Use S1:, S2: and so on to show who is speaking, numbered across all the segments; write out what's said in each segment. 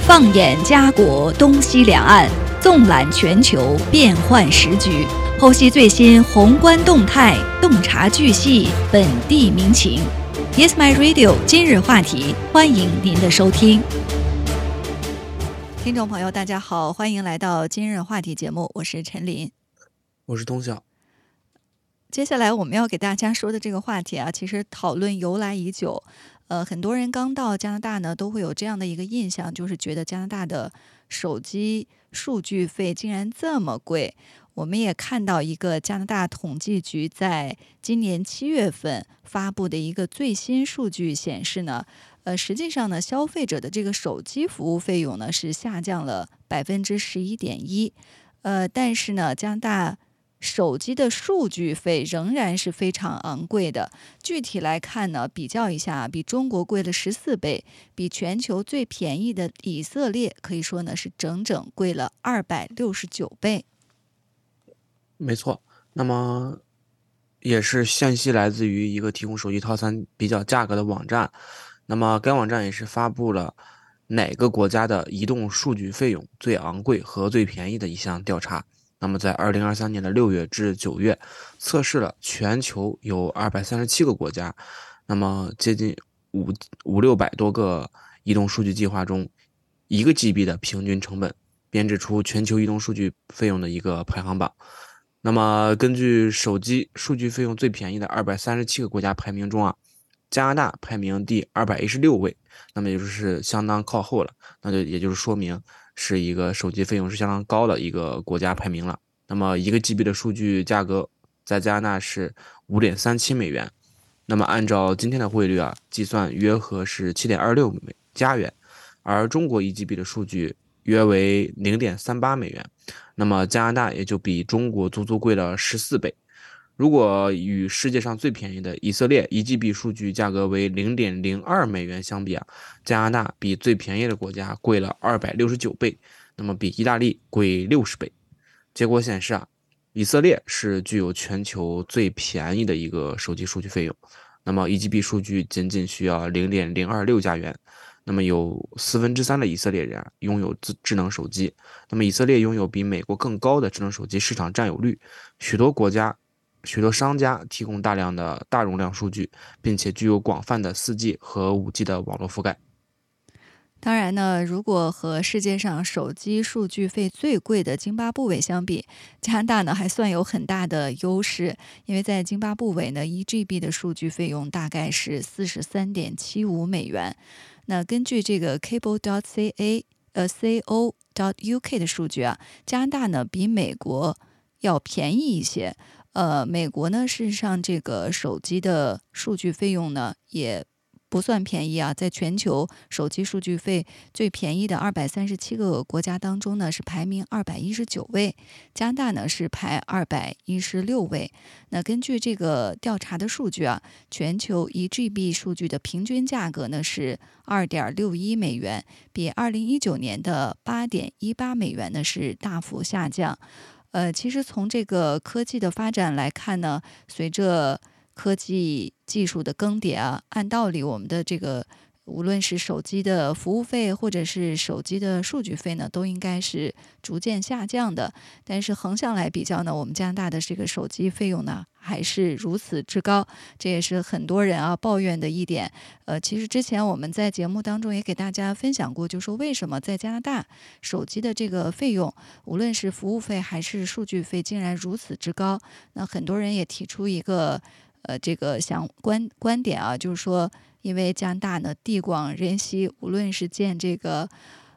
S1: 放眼家国东西两岸，纵览全球变幻时局，剖析最新宏观动态，洞察巨细本地民情。Yes My Radio 今日话题，欢迎您的收听。听众朋友大家好，欢迎来到今日话题节目，我是陈琳，
S2: 我是童晓。
S1: 接下来我们要给大家说的这个话题啊，其实讨论由来已久。很多人刚到加拿大呢，都会有这样的一个印象，就是觉得加拿大的手机数据费竟然这么贵。我们也看到一个加拿大统计局在今年7月份发布的一个最新数据显示呢，实际上呢，消费者的这个手机服务费用呢是下降了11.1%，但是呢，加拿大手机的数据费仍然是非常昂贵的。具体来看呢，比较一下，比中国贵了14倍，比全球最便宜的以色列可以说呢是整整贵了269倍。
S2: 没错，那么也是信息来自于一个提供手机套餐比较价格的网站。那么该网站也是发布了哪个国家的移动数据费用最昂贵和最便宜的一项调查。那么在2023年的6月至9月，测试了全球有237个国家，那么接近500-600多个移动数据计划中，1个 GB 的平均成本，编制出全球移动数据费用的一个排行榜。那么根据手机数据费用最便宜的237个国家排名中啊，加拿大排名第216位，那么也就是相当靠后了，也就是说明是一个手机费用是相当高的一个国家排名了。那么1个 GB 的数据价格在加拿大是5.37美元，那么按照今天的汇率啊，计算约合是7.26加元，而中国1 GB 的数据约为0.38美元，那么加拿大也就比中国足足贵了14倍。如果与世界上最便宜的以色列1 GB 数据价格为0.02美元相比啊，加拿大比最便宜的国家贵了269倍，那么比意大利贵60倍。结果显示啊，以色列是具有全球最便宜的一个手机数据费用，那么1 GB 数据仅仅需要0.026加元。那么有3/4的以色列人拥有智能手机，那么以色列拥有比美国更高的智能手机市场占有率，许多商家提供大量的大容量数据，并且具有广泛的4G 和5G 的网络覆盖。
S1: 当然呢，如果和世界上手机数据费最贵的津巴布韦相比，加拿大呢还算有很大的优势，因为在津巴布韦呢1 GB 的数据费用大概是43.75美元。那根据这个 cable.co.uk 的数据啊，加拿大呢比美国要便宜一些。美国呢事实上这个手机的数据费用呢也不算便宜啊，在全球手机数据费最便宜的237个国家当中呢，是排名219位，加拿大呢是排216位。那根据这个调查的数据啊，全球1 GB 数据的平均价格呢是2.61美元，比2019年的8.18美元呢是大幅下降。其实从这个科技的发展来看呢，随着科技技术的更迭啊，按道理我们的这个无论是手机的服务费或者是手机的数据费呢，都应该是逐渐下降的。但是横向来比较呢，我们加拿大的这个手机费用呢还是如此之高，这也是很多人抱怨的一点。其实之前我们在节目当中也给大家分享过，就说为什么在加拿大手机的这个费用，无论是服务费还是数据费，竟然如此之高。那很多人也提出一个这个观点啊，就是说，因为加拿大呢地广人稀，无论是建这个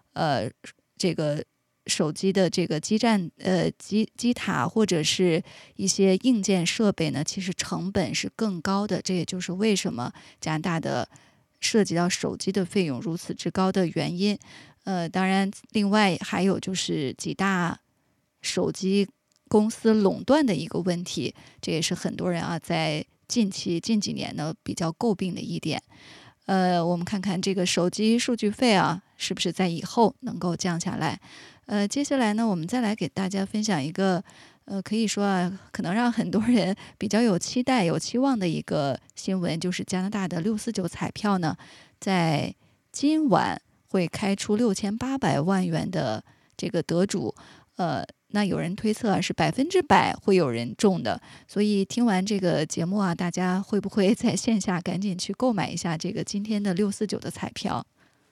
S1: 手机的这个基塔或者是一些硬件设备呢，其实成本是更高的。这也就是为什么加拿大的涉及到手机的费用如此之高的原因。当然，另外还有就是几大手机公司垄断的一个问题，这也是很多人在近几年呢比较诟病的一点。我们看看这个手机数据费是不是在以后能够降下来。接下来呢，我们再来给大家分享一个可以说可能让很多人比较有期待有期望的一个新闻，就是加拿大的649彩票呢，在今晚会开出6800万元的这个得主，那有人推测是100%会有人中的，所以听完这个节目啊，大家会不会在线下赶紧去购买一下这个今天的649的彩票？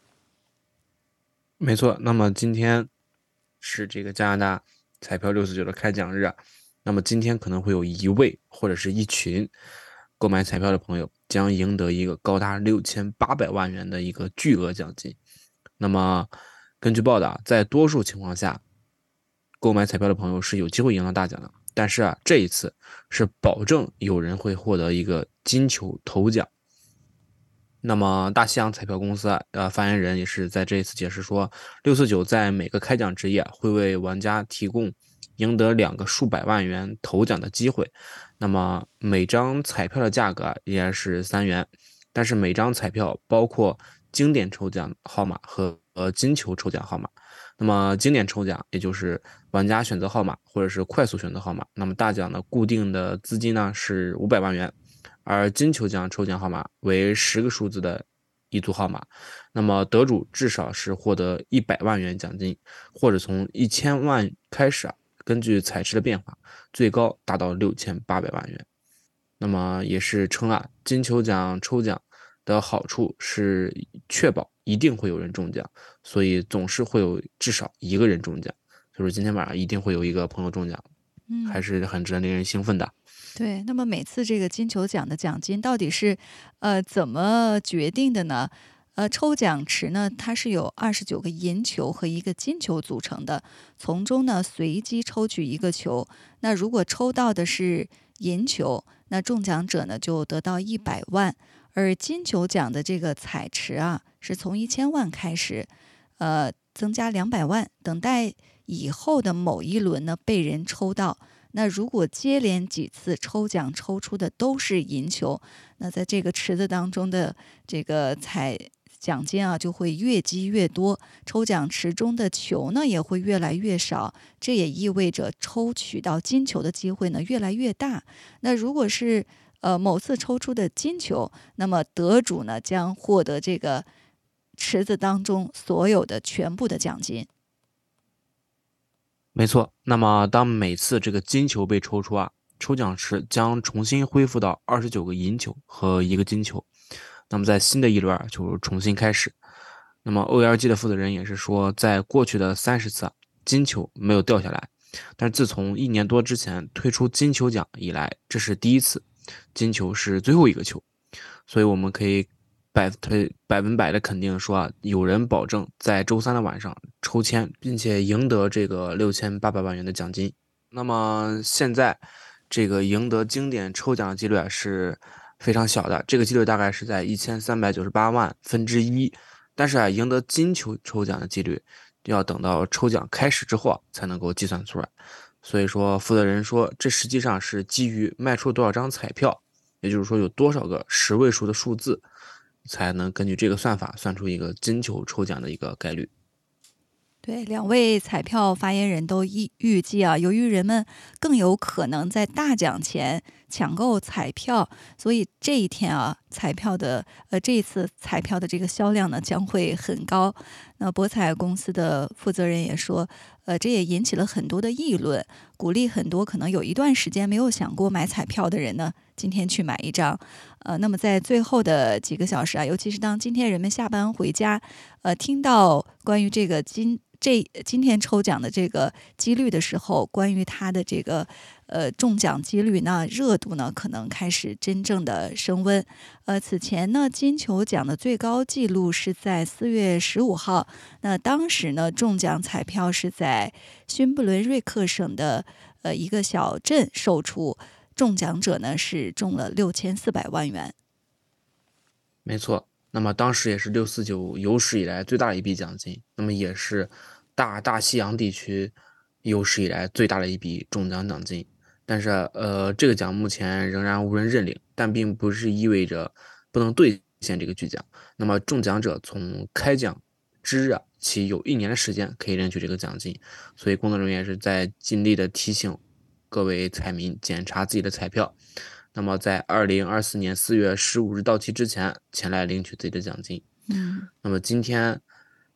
S2: 没错，那么今天是这个加拿大彩票649的开奖日啊，那么今天可能会有一位或者是一群购买彩票的朋友将赢得一个高达6800万元的一个巨额奖金。那么根据报道，在多数情况下，购买彩票的朋友是有机会赢到大奖的。但是啊，这一次是保证有人会获得一个金球头奖。那么大西洋彩票公司发言人也是在这一次解释说，649在每个开奖之夜会为玩家提供赢得2个数百万元头奖的机会。那么每张彩票的价格依然是3元，但是每张彩票包括经典抽奖号码和金球抽奖号码。那么经典抽奖也就是玩家选择号码或者是快速选择号码，那么大奖的固定的资金呢是500万元。而金球奖抽奖号码为10个数字的一组号码，那么得主至少是获得100万元奖金，或者从1000万开始根据彩池的变化，最高达到6800万元。那么也是称金球奖抽奖的好处是确保一定会有人中奖，所以总是会有至少一个人中奖，就是今天晚上一定会有一个朋友中奖，还是很值得令人兴奋的。
S1: 对，那么每次这个金球奖的奖金到底是怎么决定的呢？抽奖池呢，它是由29个银球和一个金球组成的，从中呢随机抽取一个球。那如果抽到的是银球，那中奖者呢就得到100万，而金球奖的这个彩池啊，是从1000万开始，增加200万，等待以后的某一轮呢被人抽到。那如果接连几次抽奖抽出的都是银球，那在这个池子当中的这个奖金啊就会越积越多，抽奖池中的球呢也会越来越少，这也意味着抽取到金球的机会呢越来越大。那如果是某次抽出的金球，那么得主呢将获得这个池子当中所有的全部的奖金。
S2: 没错，那么当每次这个金球被抽出抽奖池将重新恢复到29个银球和一个金球，那么在新的一轮就重新开始。那么 OLG 的负责人也是说，在过去的30次金球没有掉下来，但是自从1年多之前推出金球奖以来，这是第一次，金球是最后一个球，所以我们可以100%的肯定说有人保证在周3的晚上抽签，并且赢得这个6800万元的奖金。那么现在这个赢得经典抽奖的几率是非常小的，这个几率大概是在1398万分之一，但是赢得金球抽奖的几率要等到抽奖开始之后才能够计算出来。所以说负责人说，这实际上是基于卖出多少张彩票，也就是说有多少个10位数的数字，才能根据这个算法算出一个金球抽奖的一个概率。
S1: 对，两位彩票发言人都预计由于人们更有可能在大奖前抢购彩票，所以这一天这一次彩票的这个销量呢将会很高。那博彩公司的负责人也说，这也引起了很多的议论，鼓励很多可能有一段时间没有想过买彩票的人呢，今天去买一张。那么在最后的几个小时尤其是当今天人们下班回家，听到关于这个今天抽奖的这个几率的时候，关于它的这个中奖几率呢，热度呢可能开始真正的升温。此前呢，金球奖的最高纪录是在4月15号，那当时呢，中奖彩票是在勋布伦瑞克省的一个小镇售出，中奖者呢是中了6400万元。
S2: 没错。那么当时也是649有史以来最大的一笔奖金，那么也是大西洋地区有史以来最大的一笔中奖奖金。但是这个奖目前仍然无人认领，但并不是意味着不能兑现这个巨奖。那么中奖者从开奖之日起有1年的时间可以领取这个奖金，所以工作人员是在尽力的提醒各位彩民检查自己的彩票，那么在2024年4月15日到期之前前来领取自己的奖金。那么今天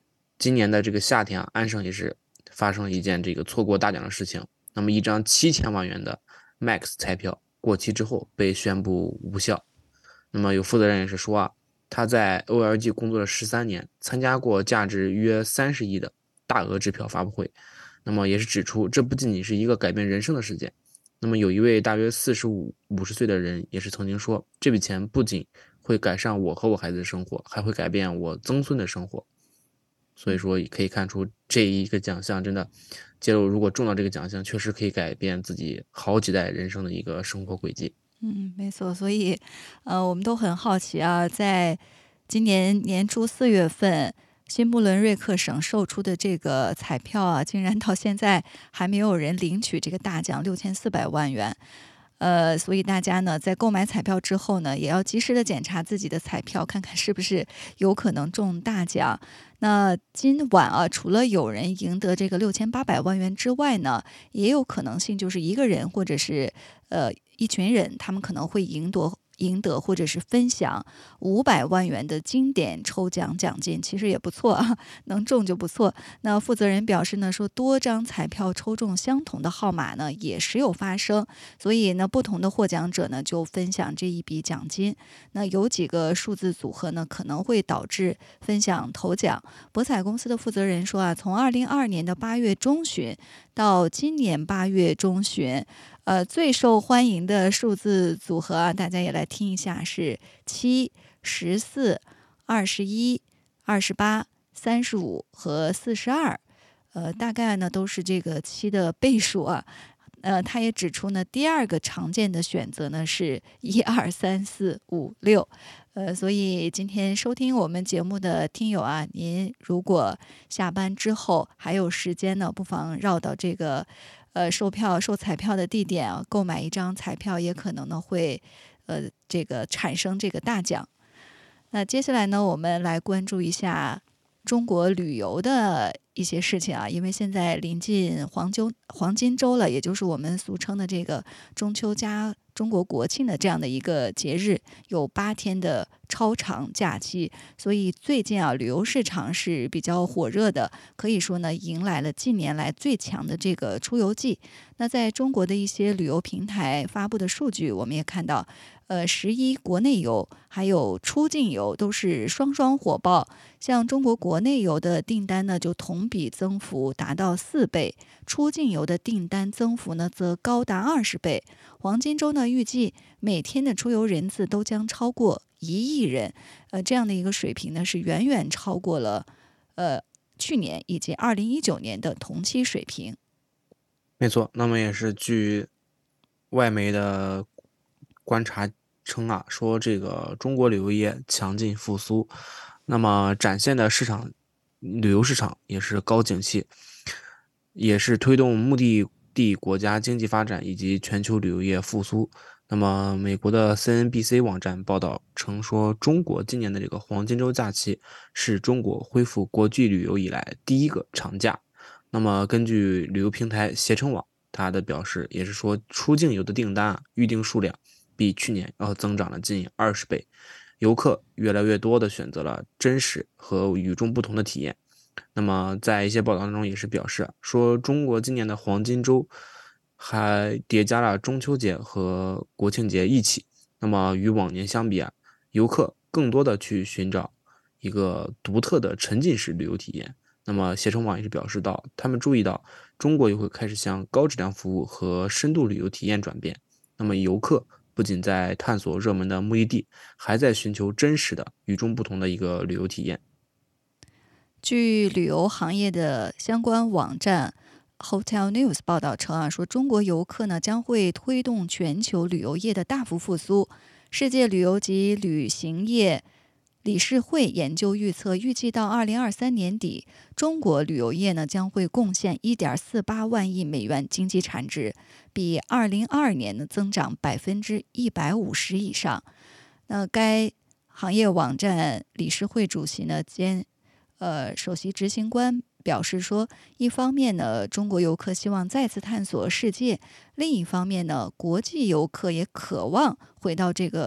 S2: 今年的这个夏天啊，安省也是发生了一件这个错过大奖的事情。那么一张7000万元的 Max 彩票过期之后被宣布无效。那么有负责人也是说啊，他在 OLG 工作了13年，参加过价值约30亿的大额支票发布会。那么也是指出，这不仅仅是一个改变人生的事件。那么有一位大约45、50岁的人也是曾经说，这笔钱不仅会改善我和我孩子的生活，还会改变我曾孙的生活。所以说可以看出，这一个奖项真的，如果中到这个奖项，确实可以改变自己好几代人生的一个生活轨迹。
S1: 没错，所以，我们都很好奇啊，在今年年初4月份，新不伦瑞克省售出的这个彩票啊，竟然到现在还没有人领取这个大奖6400万元。所以大家呢，在购买彩票之后呢，也要及时的检查自己的彩票，看看是不是有可能中大奖。那今晚啊，除了有人赢得这个6800万元之外呢，也有可能性就是一个人或者是一群人，他们可能会赢得或者是分享500万元的经典抽奖奖金，其实也不错啊，能中就不错。那负责人表示呢，说多张彩票抽中相同的号码呢，也时有发生，所以呢，不同的获奖者呢就分享这一笔奖金。那有几个数字组合呢，可能会导致分享头奖。博彩公司的负责人说啊，从2022年的8月中旬到今年8月中旬。最受欢迎的数字组合啊，大家也来听一下，是7、14、21、28、35和42。大概呢都是这个7的倍数啊。他也指出呢，第二个常见的选择呢是1、2、3、4、5、6。所以今天收听我们节目的听友啊，您如果下班之后还有时间呢，不妨绕到这个售彩票的地点啊，购买一张彩票，也可能呢会这个产生这个大奖。那接下来呢，我们来关注一下中国旅游的一些事情啊，因为现在临近黄金周了，也就是我们俗称的这个中秋加中国国庆的这样的一个节日，有8天的超长假期，所以最近啊，旅游市场是比较火热的，可以说呢，迎来了近年来最强的这个出游季。那在中国的一些旅游平台发布的数据，我们也看到11国内游还有出境游都是双双火爆。像中国国内游的订单呢，就同比增幅达到4倍，出境游的订单增幅呢，则高达20倍。黄金周呢，预计每天的出游人次都将超过1亿人，这样的一个水平呢，是远远超过了去年以及2019年的同期水平。
S2: 没错，那么也是据外媒的观察称啊，说这个中国旅游业强劲复苏，那么展现的旅游市场也是高景气，也是推动目的地国家经济发展以及全球旅游业复苏。那么美国的 CNBC 网站报道称说，中国今年的这个黄金周假期是中国恢复国际旅游以来第一个长假。那么根据旅游平台携程网，它的表示也是说，出境游的订单预订数量比去年要增长了近20倍，游客越来越多的选择了真实和与众不同的体验。那么在一些报道当中也是表示说，中国今年的黄金周还叠加了中秋节和国庆节一起。那么与往年相比啊，游客更多的去寻找一个独特的沉浸式旅游体验。那么携程网也是表示到，他们注意到中国也会开始向高质量服务和深度旅游体验转变。那么游客不仅在探索热门的目的地，还在寻求真实的与众不同的一个旅游体验。
S1: 据旅游行业的相关网站 Hotel News 报道称啊，说中国游客呢将会推动全球旅游业的大幅复苏。世界旅游及旅行业理事会研究预测，预计到2023年底，中国旅游业呢将会贡献1.48万亿美元经济产值，比2022年的增长150%以上。那该行业网站理事会主席呢兼首席执行官表示说，一方面呢，中国游客希望再次探索世界；另一方面呢，国际游客也渴望回到这个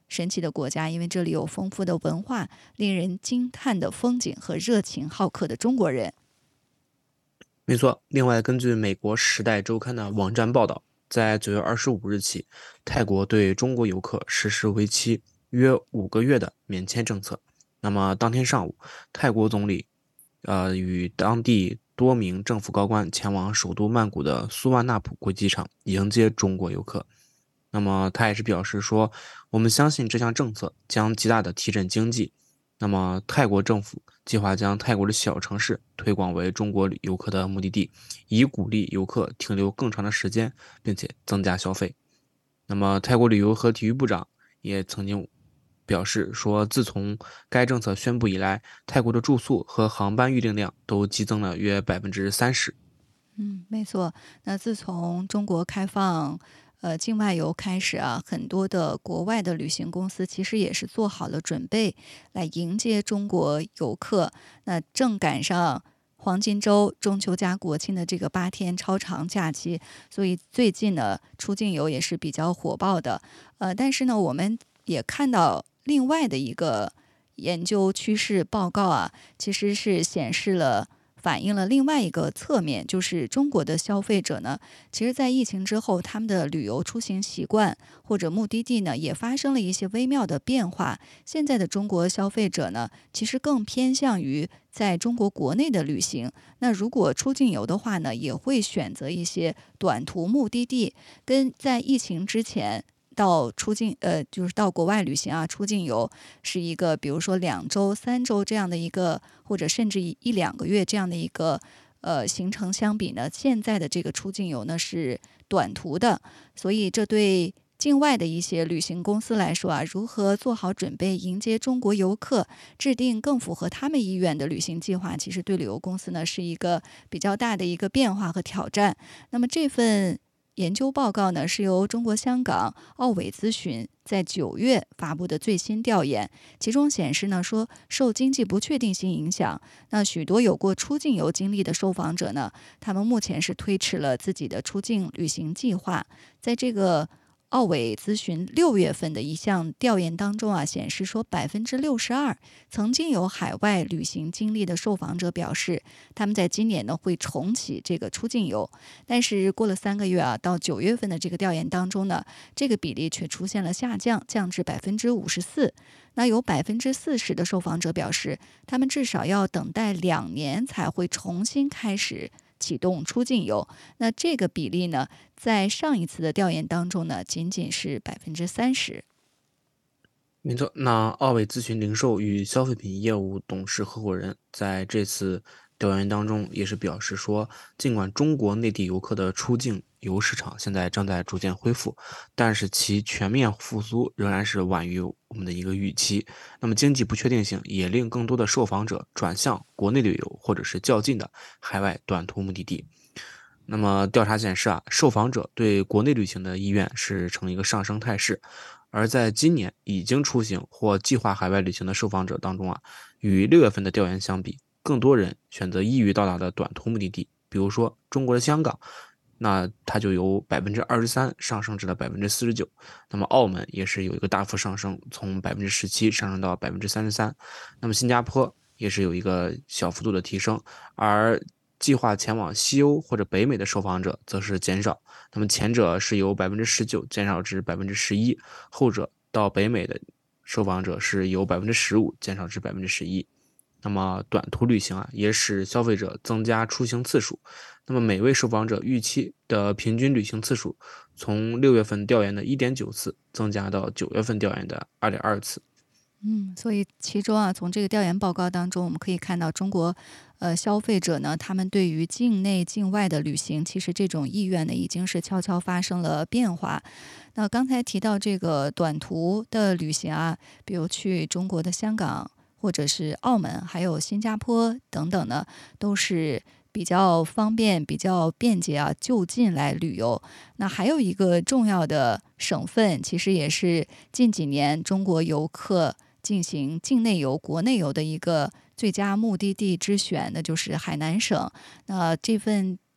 S1: 神奇的国家，因为这里有丰富的文化、令人惊叹的风景和热情好客的中国人。
S2: 没错。另外，根据美国《时代周刊》的网站报道，在9月25日起，泰国对中国游客实施为期约5个月的免签政策。那么当天上午，泰国总理与当地多名政府高官前往首都曼谷的苏万纳普国际机场迎接中国游客。那么他也是表示说，我们相信这项政策将极大的提振经济。那么泰国政府计划将泰国的小城市推广为中国游客的目的地，以鼓励游客停留更长的时间，并且增加消费。那么泰国旅游和体育部长也曾经表示说，自从该政策宣布以来，泰国的住宿和航班预订量都激增了约30%。
S1: 没错。那自从中国开放境外游开始啊，很多的国外的旅行公司其实也是做好了准备来迎接中国游客。那正赶上黄金周、中秋加国庆的这个8天超长假期，所以最近呢，出境游也是比较火爆的。但是呢，我们也看到另外的一个研究趋势报告啊，其实是反映了另外一个侧面，就是中国的消费者呢，其实在疫情之后，他们的旅游出行习惯或者目的地呢，也发生了一些微妙的变化。现在的中国消费者呢，其实更偏向于在中国国内的旅行。那如果出境游的话呢，也会选择一些短途目的地，跟在疫情之前就是到国外旅行啊，出境游是一个，比如说2周、3周这样的一个，或者甚至1-2个月这样的一个行程相比呢，现在的这个出境游呢是短途的，所以这对境外的一些旅行公司来说啊，如何做好准备迎接中国游客，制定更符合他们意愿的旅行计划，其实对旅游公司呢是一个比较大的一个变化和挑战。那么这份研究报告呢，是由中国香港奥伟咨询在9月发布的最新调研，其中显示呢，说受经济不确定性影响，那许多有过出境游经历的受访者呢，他们目前是推迟了自己的出境旅行计划。在这个奥伟咨询6月份的一项调研当中啊，显示说62%曾经有海外旅行经历的受访者表示，他们在今年呢会重启这个出境游。但是过了3个月啊，到9月份的这个调研当中呢，这个比例却出现了下降，降至54%。那有40%的受访者表示，他们至少要等待2年才会重新开始启动出境游。那这个比例呢，在上一次的调研当中呢，仅仅是30%。
S2: 没错。那奥伟咨询零售与消费品业务董事合伙人在这次调研当中也是表示说，尽管中国内地游客的出境游市场现在正在逐渐恢复，但是其全面复苏仍然是晚于我们的一个预期。那么经济不确定性也令更多的受访者转向国内旅游或者是较近的海外短途目的地。那么调查显示啊，受访者对国内旅行的意愿是呈一个上升态势，而在今年已经出行或计划海外旅行的受访者当中啊，与6月份的调研相比，更多人选择易于到达的短途目的地，比如说中国的香港，那它就由23%上升至了49%。那么澳门也是有一个大幅上升，从17%上升到33%。那么新加坡也是有一个小幅度的提升，而计划前往西欧或者北美的受访者则是减少。那么前者是由19%减少至11%，后者到北美的受访者是由15%减少至11%。那么短途旅行啊，也使消费者增加出行次数。那么每位受访者预期的平均旅行次数，从6月份调研的1.9次增加到9月份调研的2.2次。
S1: 所以其中啊，从这个调研报告当中，我们可以看到中国消费者呢，他们对于境内境外的旅行，其实这种意愿呢，已经是悄悄发生了变化。那刚才提到这个短途的旅行啊，比如去中国的香港或者是澳门，还有新加坡等等呢，都是比较方便、比较便捷啊，就近来旅游。那还有一个重要的省份，其实也是近几年中国游客进行境内游、国内游的一个最佳目的地之选，那就是海南省。那这份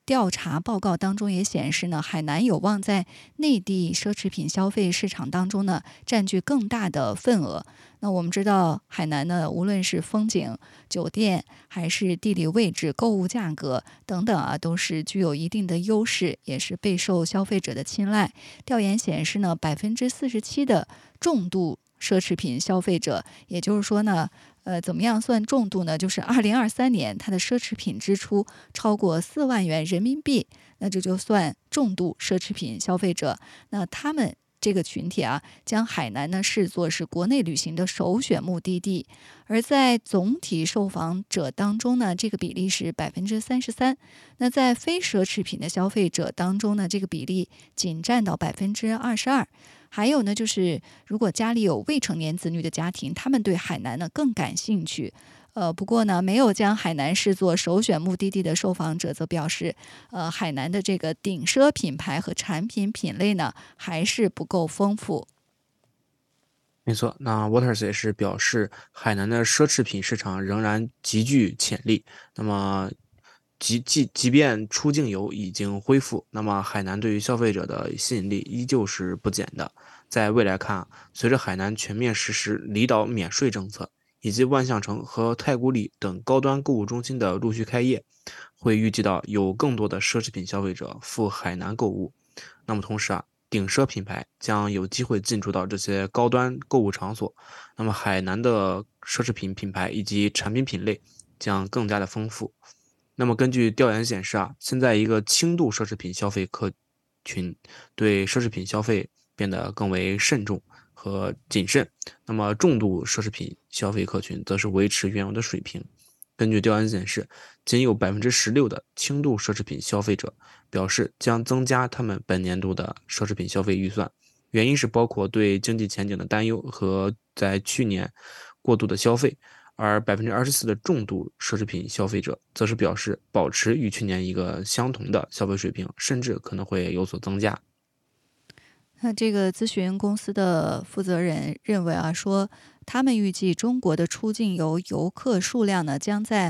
S1: 调查报告当中也显示呢，海南有望在内地奢侈品消费市场当中呢占据更大的份额。那我们知道海南呢，无论是风景、酒店还是地理位置、购物价格等等啊，都是具有一定的优势，也是备受消费者的青睐。调研显示呢，47%的重度奢侈品消费者，也就是说呢，怎么样算重度呢？就是2023年它的奢侈品支出超过4万元人民币，那这就算重度奢侈品消费者。那他们这个群体啊，将海南呢视作是国内旅行的首选目的地，而在总体受访者当中呢，这个比例是33%。那在非奢侈品的消费者当中呢，这个比例仅占到22%。还有呢，就是如果家里有未成年子女的家庭，他们对海南呢更感兴趣。不过呢，没有将海南视作首选目的地的受访者则表示，海南的这个顶奢品牌和产品品类呢，还是不够丰富。
S2: 没错，那 Waters 也是表示，海南的奢侈品市场仍然极具潜力。那么，即便出境游已经恢复，那么海南对于消费者的吸引力依旧是不减的。在未来看，随着海南全面实施离岛免税政策，以及万象城和太古里等高端购物中心的陆续开业，会预计到有更多的奢侈品消费者赴海南购物。那么同时啊，顶奢品牌将有机会进驻到这些高端购物场所。那么海南的奢侈品品牌以及产品品类将更加的丰富。那么根据调研显示啊，现在一个轻度奢侈品消费客群对奢侈品消费变得更为慎重和谨慎，那么重度奢侈品消费客群则是维持原有的水平。根据调研显示，仅有16%的轻度奢侈品消费者表示将增加他们本年度的奢侈品消费预算，原因是包括对经济前景的担忧和在去年过度的消费。而24%的重度奢侈品消费者则是表示保持与去年一个相同的消费水平，甚至可能会有所增加。
S1: 那这个咨询公司的负责人认为啊，说他们预计中国的出境游客数量呢，将在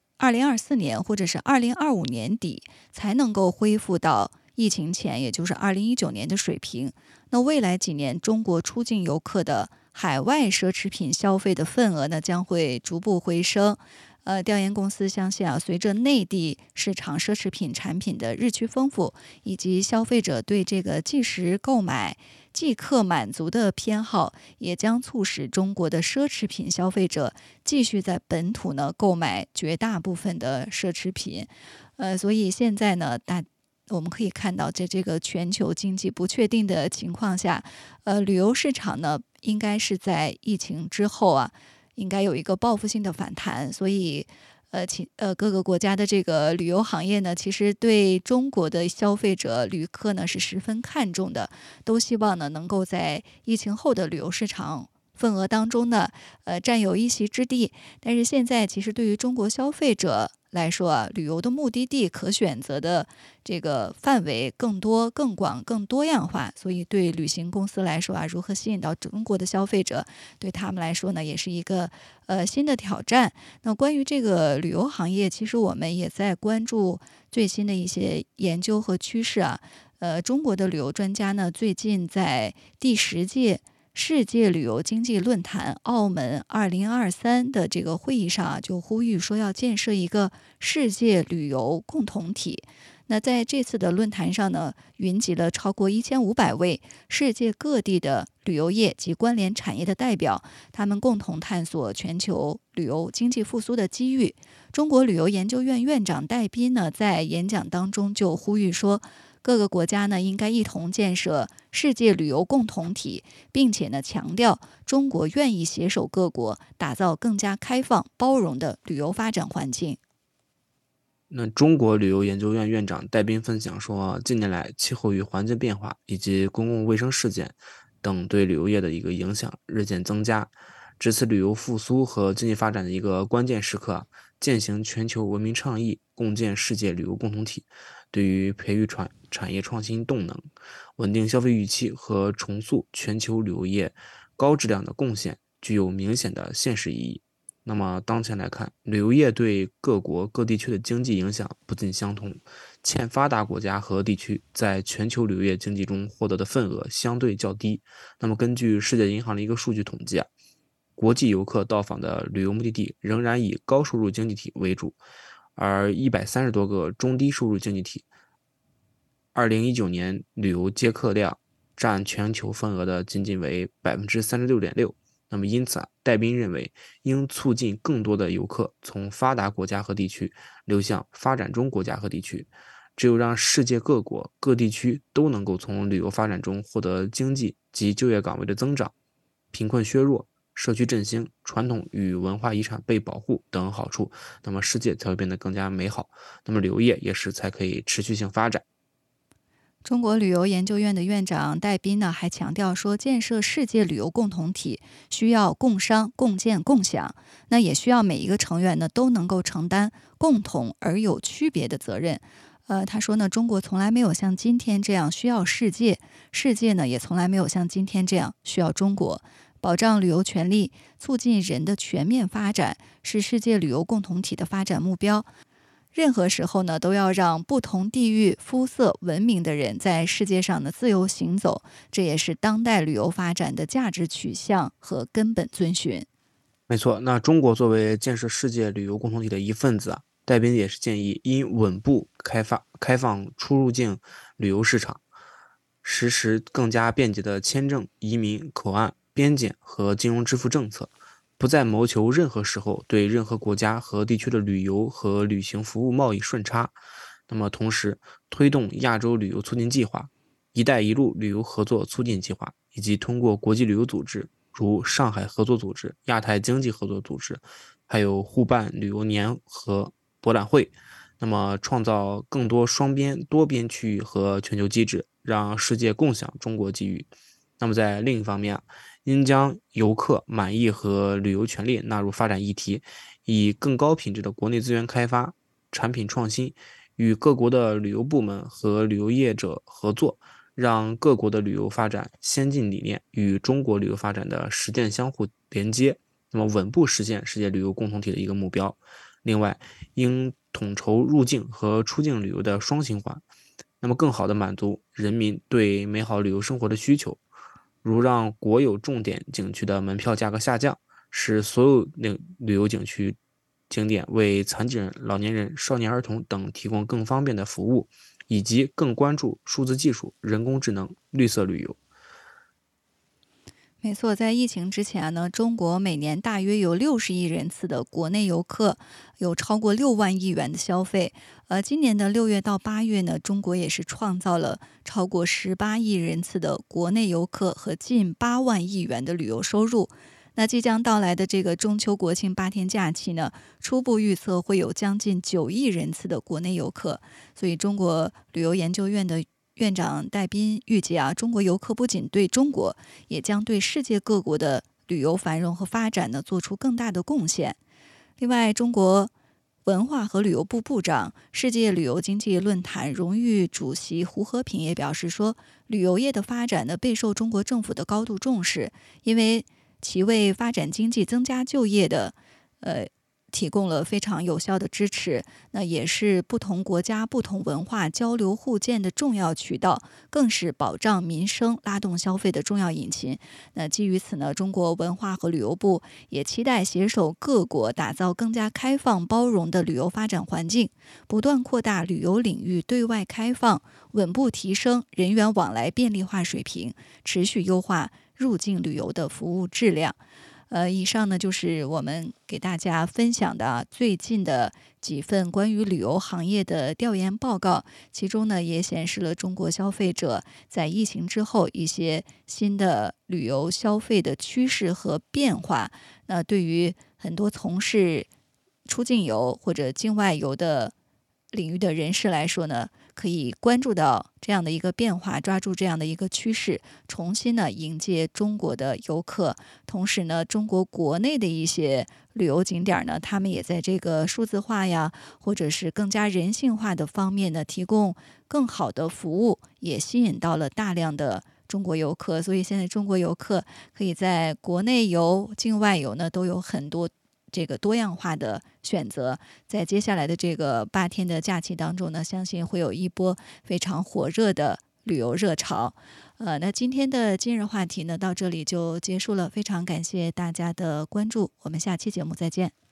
S1: 2024年或者是2025年底才能够恢复到疫情前，也就是2019年的水平。那未来几年，中国出境游客的海外奢侈品消费的份额呢，将会逐步回升。调研公司相信啊，随着内地市场奢侈品产品的日趋丰富，以及消费者对这个即时购买、即刻满足的偏好，也将促使中国的奢侈品消费者继续在本土呢购买绝大部分的奢侈品。所以现在呢，我们可以看到，在这个全球经济不确定的情况下，旅游市场呢，应该是在疫情之后啊，应该有一个报复性的反弹。所以，各个国家的这个旅游行业呢，其实对中国的消费者、旅客呢是十分看重的，都希望呢能够在疫情后的旅游市场份额当中呢，占有一席之地。但是现在其实对于中国消费者来说啊，旅游的目的地可选择的这个范围更多、更广、更多样化，所以对旅行公司来说啊，如何吸引到中国的消费者，对他们来说呢，也是一个新的挑战。那关于这个旅游行业，其实我们也在关注最新的一些研究和趋势啊。中国的旅游专家呢，最近在第10届世界旅游经济论坛澳门2023的这个会议上啊，就呼吁说要建设一个世界旅游共同体。那在这次的论坛上呢，云集了超过1500位世界各地的旅游业及关联产业的代表，他们共同探索全球旅游经济复苏的机遇。中国旅游研究院院长戴斌呢，在演讲当中就呼吁说，各个国家呢应该一同建设世界旅游共同体，并且呢强调中国愿意携手各国，打造更加开放包容的旅游发展环境。
S2: 那中国旅游研究院院长戴斌分享说，近年来气候与环境变化以及公共卫生事件等对旅游业的一个影响日渐增加。这次旅游复苏和经济发展的一个关键时刻，践行全球文明倡议，共建世界旅游共同体，对于培育产业创新动能、稳定消费预期和重塑全球旅游业高质量的贡献，具有明显的现实意义。当前来看，旅游业对各国各地区的经济影响不尽相同， 欠发达国家和地区在全球旅游业经济中获得的份额相对较低。那么根据世界银行的一个数据统计啊，国际游客到访的旅游目的地仍然以高收入经济体为主，而130多个中低收入经济体2019年旅游接客量占全球份额的仅仅为36.6%。那么因此啊，戴斌认为应促进更多的游客从发达国家和地区流向发展中国家和地区，只有让世界各国各地区都能够从旅游发展中获得经济及就业岗位的增长，贫困削弱，社区振兴，传统与文化遗产被保护等好处，那么世界才会变得更加美好，那么旅游业也是才可以持续性发展。
S1: 中国旅游研究院的院长戴斌呢，还强调说，建设世界旅游共同体需要共商、共建、共享，那也需要每一个成员呢都能够承担共同而有区别的责任。他说呢，中国从来没有像今天这样需要世界，世界呢也从来没有像今天这样需要中国。保障旅游权利，促进人的全面发展，是世界旅游共同体的发展目标。任何时候呢，都要让不同地域、肤色、文明的人在世界上呢自由行走，这也是当代旅游发展的价值取向和根本遵循。
S2: 没错，那中国作为建设世界旅游共同体的一份子啊，戴斌也是建议应稳步开放出入境旅游市场，实施更加便捷的签证、移民、口岸、边检和金融支付政策，不再谋求任何时候对任何国家和地区的旅游和旅行服务贸易顺差。那么同时推动亚洲旅游促进计划、一带一路旅游合作促进计划，以及通过国际旅游组织如上海合作组织、亚太经济合作组织，还有互办旅游年和博览会，那么创造更多双边、多边区域和全球机制，让世界共享中国机遇。那么在另一方面，应将游客满意和旅游权利纳入发展议题，以更高品质的国内资源开发、产品创新，与各国的旅游部门和旅游业者合作，让各国的旅游发展先进理念与中国旅游发展的实践相互连接，那么稳步实现世界旅游共同体的一个目标。另外，应统筹入境和出境旅游的双循环，那么更好地满足人民对美好旅游生活的需求，如让国有重点景区的门票价格下降，使所有旅游景点为残疾人、老年人、少年儿童等提供更方便的服务，以及更关注数字技术、人工智能、绿色旅游。
S1: 没错，在疫情之前呢，中国每年大约有60亿人次的国内游客，有超过6万亿元的消费。今年的6月到8月呢，中国也是创造了超过18亿人次的国内游客和近8万亿元的旅游收入。那即将到来的这个中秋国庆8天假期呢，初步预测会有将近9亿人次的国内游客。所以中国旅游研究院的院长戴斌预计啊，中国游客不仅对中国，也将对世界各国的旅游繁荣和发展呢做出更大的贡献。另外，中国文化和旅游部部长、世界旅游经济论坛荣誉主席胡和平也表示说，旅游业的发展呢备受中国政府的高度重视，因为其为发展经济、增加就业的提供了非常有效的支持，那也是不同国家、不同文化交流互鉴的重要渠道，更是保障民生、拉动消费的重要引擎。那基于此呢，中国文化和旅游部也期待携手各国，打造更加开放包容的旅游发展环境，不断扩大旅游领域对外开放，稳步提升人员往来便利化水平，持续优化入境旅游的服务质量。以上呢就是我们给大家分享的最近的几份关于旅游行业的调研报告，其中呢也显示了中国消费者在疫情之后一些新的旅游消费的趋势和变化。那对于很多从事出境游或者境外游的领域的人士来说呢，可以关注到这样的一个变化，抓住这样的一个趋势，重新呢迎接中国的游客。同时呢，中国国内的一些旅游景点呢，他们也在这个数字化呀，或者是更加人性化的方面呢，提供更好的服务，也吸引到了大量的中国游客。所以现在中国游客可以在国内游、境外游呢都有很多这个多样化的选择，在接下来的这个8天的假期当中呢，相信会有一波非常火热的旅游热潮。那今天的今日话题呢，到这里就结束了，非常感谢大家的关注，我们下期节目再见。